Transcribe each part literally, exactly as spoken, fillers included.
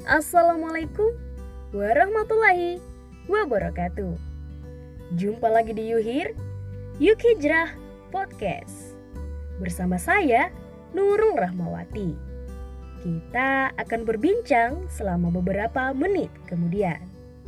Assalamualaikum warahmatullahi wabarakatuh. Jumpa lagi di Yuhir Yuk Hijrah Podcast bersama saya Nurul Rahmawati. Kita akan berbincang selama beberapa menit kemudian.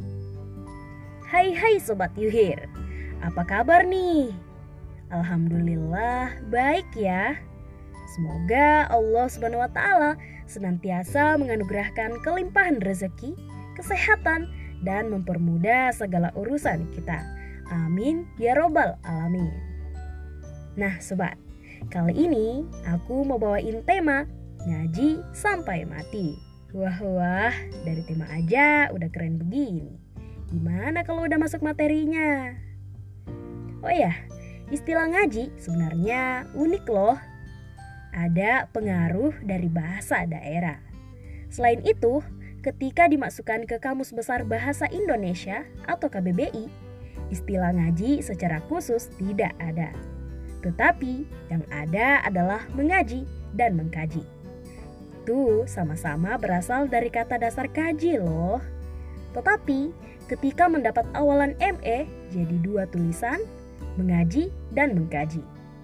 Hai hai Sobat Yuhir, apa kabar nih? Alhamdulillah baik ya. Semoga Allah Subhanahu wa Ta'ala senantiasa menganugerahkan kelimpahan rezeki, kesehatan, dan mempermudah segala urusan kita. Amin ya robbal alamin. Nah sobat, kali ini aku mau bawain tema ngaji sampai mati. Wah wah, dari tema aja udah keren begini. Gimana kalau udah masuk materinya? Oh ya, istilah ngaji sebenarnya unik loh. Ada pengaruh dari bahasa daerah. Selain itu, ketika dimasukkan ke Kamus Besar Bahasa Indonesia atau K B B I, istilah ngaji secara khusus tidak ada. Tetapi yang ada adalah mengaji dan mengkaji. Itu sama-sama berasal dari kata dasar kaji loh. Tetapi ketika mendapat awalan M E jadi dua tulisan, mengaji dan mengkaji.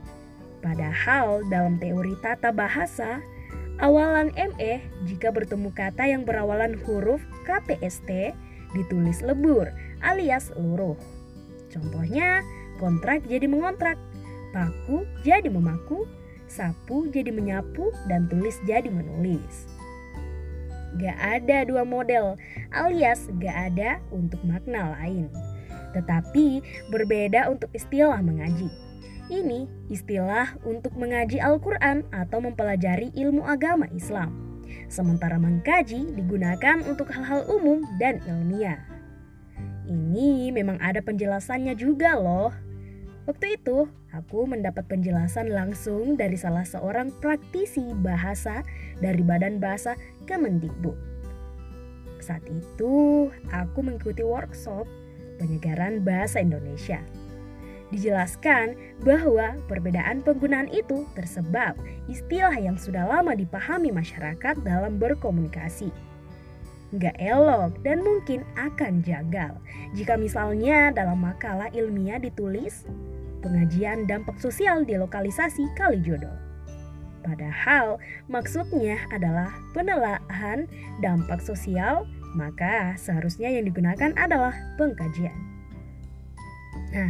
Padahal dalam teori tata bahasa, awalan M E jika bertemu kata yang berawalan huruf K T S T ditulis lebur alias luruh. Contohnya, kontrak jadi mengontrak, paku jadi memaku, sapu jadi menyapu, dan tulis jadi menulis. Gak ada dua model alias gak ada untuk makna lain. Tetapi berbeda untuk istilah mengaji. Ini istilah untuk mengaji Al-Quran atau mempelajari ilmu agama Islam. Sementara mengkaji digunakan untuk hal-hal umum dan ilmiah. Ini memang ada penjelasannya juga loh. Waktu itu aku mendapat penjelasan langsung dari salah seorang praktisi bahasa dari Badan Bahasa Kemendikbud. Saat itu aku mengikuti workshop penyegaran bahasa Indonesia. Dijelaskan bahwa perbedaan penggunaan itu tersebab istilah yang sudah lama dipahami masyarakat dalam berkomunikasi. Nggak elok dan mungkin akan jagal jika misalnya dalam makalah ilmiah ditulis pengajian dampak sosial di lokalisasi Kalijodo. Padahal maksudnya adalah penelaahan dampak sosial, maka seharusnya yang digunakan adalah pengkajian. Nah,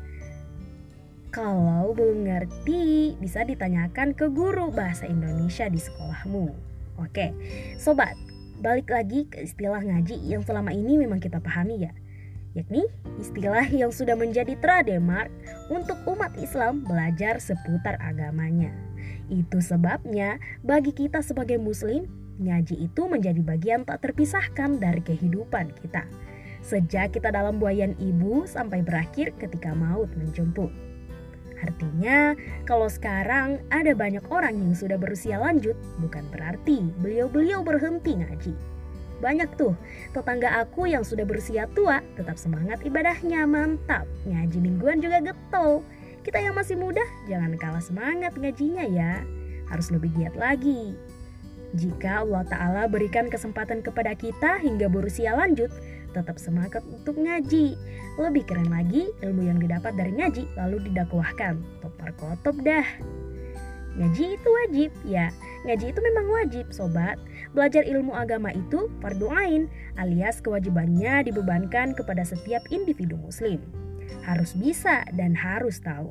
kalau belum ngerti, bisa ditanyakan ke guru bahasa Indonesia di sekolahmu. Oke, sobat, balik lagi ke istilah ngaji yang selama ini memang kita pahami ya. Yakni istilah yang sudah menjadi trademark untuk umat Islam belajar seputar agamanya. Itu sebabnya bagi kita sebagai muslim, ngaji itu menjadi bagian tak terpisahkan dari kehidupan kita. Sejak kita dalam buayan ibu sampai berakhir ketika maut menjemput. Artinya, kalau sekarang ada banyak orang yang sudah berusia lanjut, bukan berarti beliau-beliau berhenti ngaji. Banyak tuh tetangga aku yang sudah berusia tua, tetap semangat ibadahnya, mantap. Ngaji mingguan juga getol. Kita yang masih muda, jangan kalah semangat ngajinya ya. Harus lebih giat lagi. Jika Allah Ta'ala berikan kesempatan kepada kita hingga berusia lanjut, tetap semangat untuk ngaji. Lebih keren lagi ilmu yang didapat dari ngaji lalu didakwahkan. Topar kotop dah. Ngaji itu wajib ya. Ngaji itu memang wajib sobat. Belajar ilmu agama itu fardhu ain alias kewajibannya dibebankan kepada setiap individu muslim. Harus bisa dan harus tahu.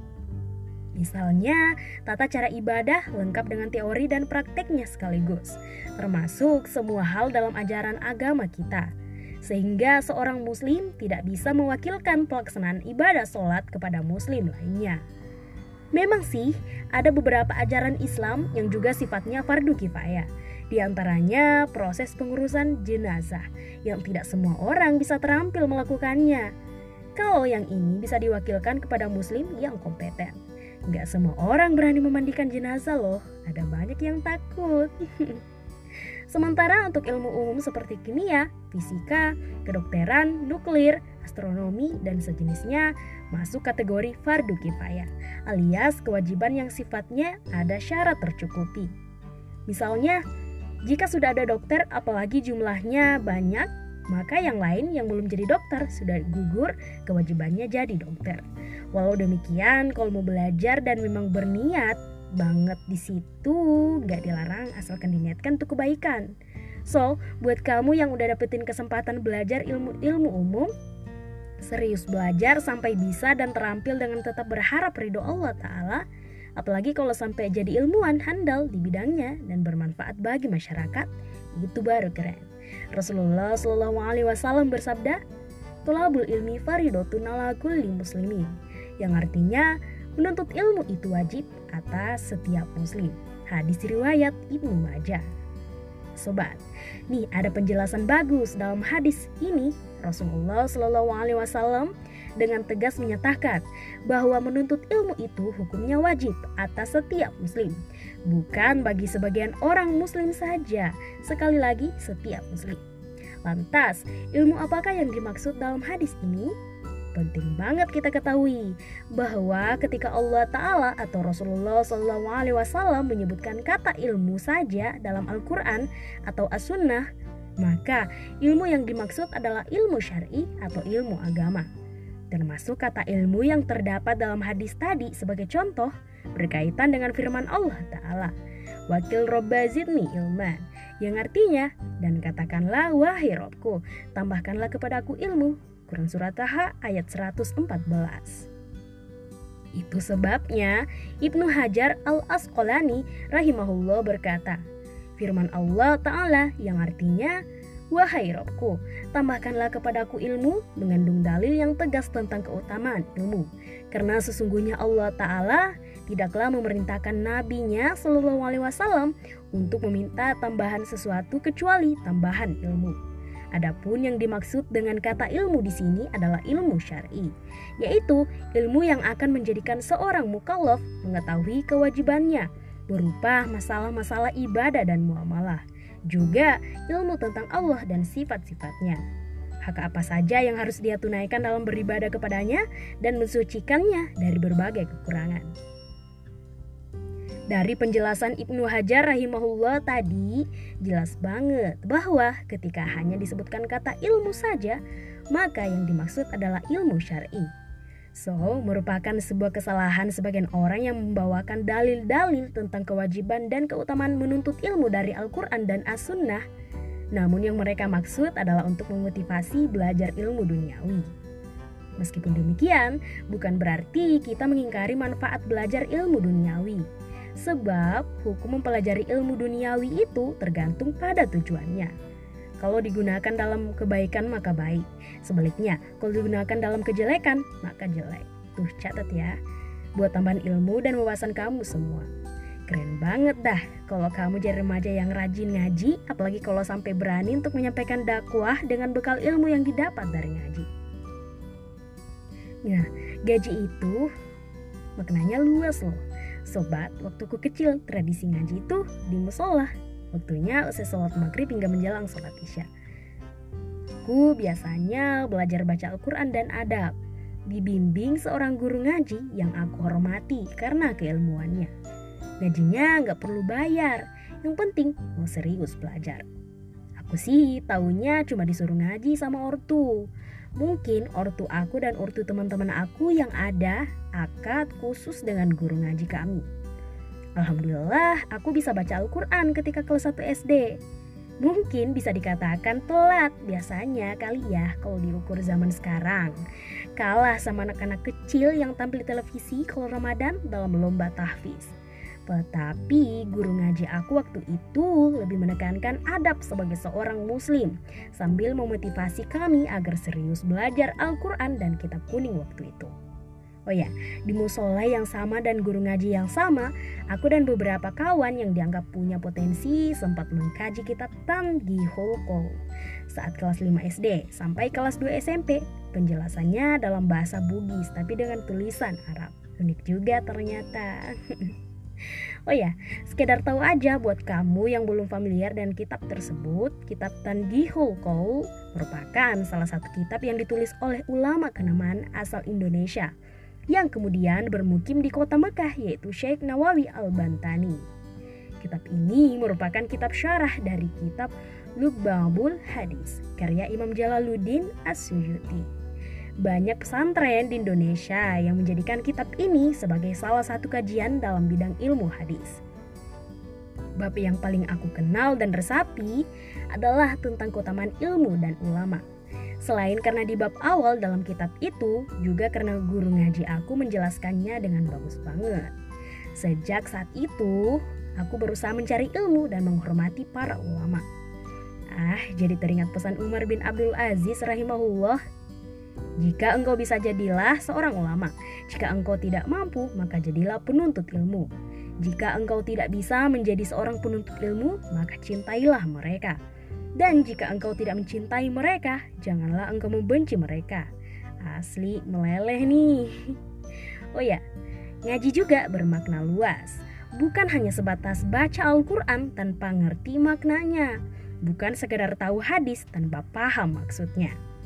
Misalnya, tata cara ibadah lengkap dengan teori dan prakteknya sekaligus. Termasuk semua hal dalam ajaran agama kita. Sehingga seorang muslim tidak bisa mewakilkan pelaksanaan ibadah sholat kepada muslim lainnya. Memang sih, ada beberapa ajaran Islam yang juga sifatnya fardu kifayah. Di antaranya proses pengurusan jenazah yang tidak semua orang bisa terampil melakukannya. Kalau yang ini bisa diwakilkan kepada muslim yang kompeten. Gak semua orang berani memandikan jenazah loh, ada banyak yang takut. Sementara untuk ilmu umum seperti kimia, fisika, kedokteran, nuklir, astronomi, dan sejenisnya masuk kategori fardu kifayah, alias kewajiban yang sifatnya ada syarat tercukupi. Misalnya, Jika sudah ada dokter, apalagi jumlahnya banyak, maka yang lain yang belum jadi dokter sudah gugur kewajibannya jadi dokter. Walau demikian, kalau mau belajar dan memang berniat banget di situ, nggak dilarang asalkan diniatkan untuk kebaikan. So, buat kamu yang udah dapetin kesempatan belajar ilmu-ilmu umum, serius belajar sampai bisa dan terampil dengan tetap berharap ridho Allah Ta'ala. Apalagi kalau sampai jadi ilmuwan handal di bidangnya dan bermanfaat bagi masyarakat, itu baru keren. Rasulullah Shallallahu Alaihi Wasallam bersabda, "Tolabul ilmi faridotun ala kulli muslimin," yang artinya menuntut ilmu itu wajib atas setiap muslim. Hadis riwayat Ibnu Majah. Sobat, nih ada penjelasan bagus dalam hadis ini. Rasulullah Shallallahu Alaihi Wasallam dengan tegas menyatakan bahwa menuntut ilmu itu hukumnya wajib atas setiap muslim, bukan bagi sebagian orang muslim saja. Sekali lagi, setiap muslim. Lantas, ilmu apakah yang dimaksud dalam hadis ini? Penting banget kita ketahui bahwa ketika Allah Ta'ala atau Rasulullah Shallallahu Alaihi Wasallam menyebutkan kata ilmu saja dalam Al-Quran atau As-Sunnah, maka ilmu yang dimaksud adalah ilmu syar'i atau ilmu agama. Termasuk kata ilmu yang terdapat dalam hadis tadi sebagai contoh berkaitan dengan firman Allah Ta'ala, "Wakil Robba zidni ilman," yang artinya, dan katakanlah wahai Robku, tambahkanlah kepadaku ilmu. Quran Surat Taha ayat seratus empat belas. Itu sebabnya Ibnu Hajar Al-Asqalani rahimahullah berkata, firman Allah Ta'ala yang artinya, "Wahai Robku, tambahkanlah kepadaku ilmu," mengandung dalil yang tegas tentang keutamaan ilmu. Karena sesungguhnya Allah Ta'ala tidaklah memerintahkan nabinya Shallallahu Alaihi Wasallam untuk meminta tambahan sesuatu kecuali tambahan ilmu. Adapun yang dimaksud dengan kata ilmu di sini adalah ilmu syar'i, yaitu ilmu yang akan menjadikan seorang mukallaf mengetahui kewajibannya berupa masalah-masalah ibadah dan muamalah, juga ilmu tentang Allah dan sifat-sifatnya. Hak apa saja yang harus dia tunaikan dalam beribadah kepadanya dan mensucikannya dari berbagai kekurangan. Dari penjelasan Ibnu Hajar rahimahullah tadi, jelas banget bahwa ketika hanya disebutkan kata ilmu saja, maka yang dimaksud adalah ilmu syar'i. So, merupakan sebuah kesalahan sebagian orang yang membawakan dalil-dalil tentang kewajiban dan keutamaan menuntut ilmu dari Al-Quran dan As-Sunnah. Namun yang mereka maksud adalah untuk memotivasi belajar ilmu duniawi. Meskipun demikian, bukan berarti kita mengingkari manfaat belajar ilmu duniawi. Sebab hukum mempelajari ilmu duniawi itu tergantung pada tujuannya. Kalau digunakan dalam kebaikan maka baik. Sebaliknya, kalau digunakan dalam kejelekan maka jelek. Tuh catat ya, buat tambahan ilmu dan wawasan kamu semua. Keren banget dah kalau kamu jadi remaja yang rajin ngaji, apalagi kalau sampai berani untuk menyampaikan dakwah dengan bekal ilmu yang didapat dari ngaji. Nah, gaji itu maknanya luas loh. Sobat, waktuku kecil tradisi ngaji itu di musola. Waktunya usai sholat maghrib hingga menjelang sholat isya. Aku biasanya belajar baca Al-Quran dan adab, dibimbing seorang guru ngaji yang aku hormati karena keilmuannya. Gajinya gak perlu bayar, yang penting mau serius belajar. Aku sih taunya cuma disuruh ngaji sama ortu. Mungkin ortu aku dan ortu teman-teman aku yang ada akad khusus dengan guru ngaji kami. Alhamdulillah aku bisa baca Al-Quran ketika kelas satu S D. Mungkin bisa dikatakan telat biasanya kali ya kalau diukur zaman sekarang. Kalah sama anak-anak kecil yang tampil di televisi kalau Ramadan dalam lomba tahfiz. Tetapi guru ngaji aku waktu itu lebih menekankan adab sebagai seorang muslim sambil memotivasi kami agar serius belajar Al-Quran dan kitab kuning waktu itu. Oh ya, di musola yang sama dan guru ngaji yang sama, aku dan beberapa kawan yang dianggap punya potensi sempat mengkaji kitab Tanbihul Qaul saat kelas lima S D sampai kelas dua S M P. Penjelasannya dalam bahasa Bugis tapi dengan tulisan Arab. Unik juga ternyata. Oh ya, sekedar tahu aja buat kamu yang belum familiar dengan kitab tersebut, kitab Tanbihul Qaul merupakan salah satu kitab yang ditulis oleh ulama kenamaan asal Indonesia yang kemudian bermukim di kota Mekah, yaitu Syekh Nawawi Al-Bantani. Kitab ini merupakan kitab syarah dari kitab Lubbabul Hadis karya Imam Jalaluddin As-Suyuti. Banyak pesantren di Indonesia yang menjadikan kitab ini sebagai salah satu kajian dalam bidang ilmu hadis. Bab yang paling aku kenal dan resapi adalah tentang keutamaan ilmu dan ulama. Selain karena di bab awal dalam kitab itu, juga karena guru ngaji aku menjelaskannya dengan bagus banget. Sejak saat itu, aku berusaha mencari ilmu dan menghormati para ulama. Ah, jadi teringat pesan Umar bin Abdul Aziz rahimahullah. Jika engkau bisa, jadilah seorang ulama. Jika engkau tidak mampu, maka jadilah penuntut ilmu. Jika engkau tidak bisa menjadi seorang penuntut ilmu, maka cintailah mereka. Dan jika engkau tidak mencintai mereka, janganlah engkau membenci mereka. Asli meleleh nih. Oh ya, ngaji juga bermakna luas. Bukan hanya sebatas baca Al-Quran tanpa ngerti maknanya. Bukan sekedar tahu hadis tanpa paham maksudnya.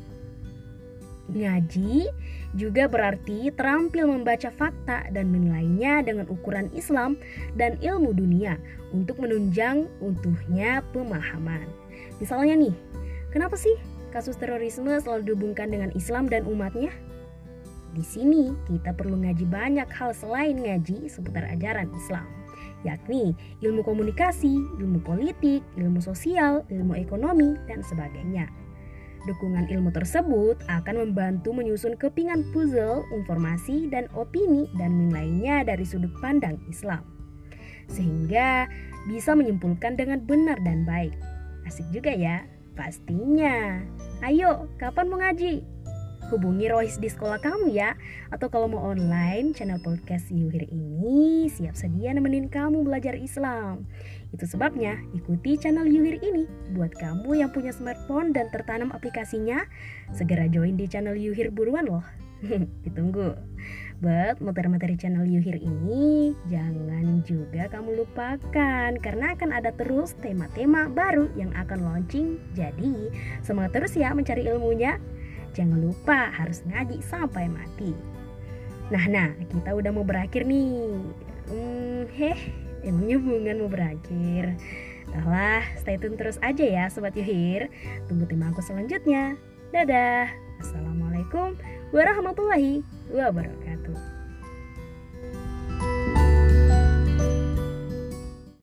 Ngaji juga berarti terampil membaca fakta dan menilainya dengan ukuran Islam dan ilmu dunia untuk menunjang utuhnya pemahaman. Misalnya nih, kenapa sih kasus terorisme selalu dihubungkan dengan Islam dan umatnya? Di sini kita perlu ngaji banyak hal selain ngaji seputar ajaran Islam, yakni ilmu komunikasi, ilmu politik, ilmu sosial, ilmu ekonomi, dan sebagainya. Dukungan ilmu tersebut akan membantu menyusun kepingan puzzle, informasi, dan opini dan menilainya dari sudut pandang Islam, sehingga bisa menyimpulkan dengan benar dan baik. Asik juga ya? Pastinya. Ayo, kapan mau ngaji? Hubungi Rohis di sekolah kamu ya. Atau kalau mau online, channel podcast Yuhir ini siap sedia nemenin kamu belajar Islam. Itu sebabnya ikuti channel Yuhir ini. Buat kamu yang punya smartphone dan tertanam aplikasinya, segera join di channel Yuhir buruan loh. Ditunggu. Buat materi-materi channel Yuhir ini jangan juga kamu lupakan, karena akan ada terus tema-tema baru yang akan launching. Jadi semangat terus ya mencari ilmunya. Jangan lupa harus ngaji sampai mati. Nah, nah, kita udah mau berakhir nih. Hmm, heh, emangnya hubungan mau berakhir? Entahlah, stay tune terus aja ya Sobat Yuhir. Tunggu tema aku selanjutnya. Dadah. Assalamualaikum warahmatullahi wabarakatuh.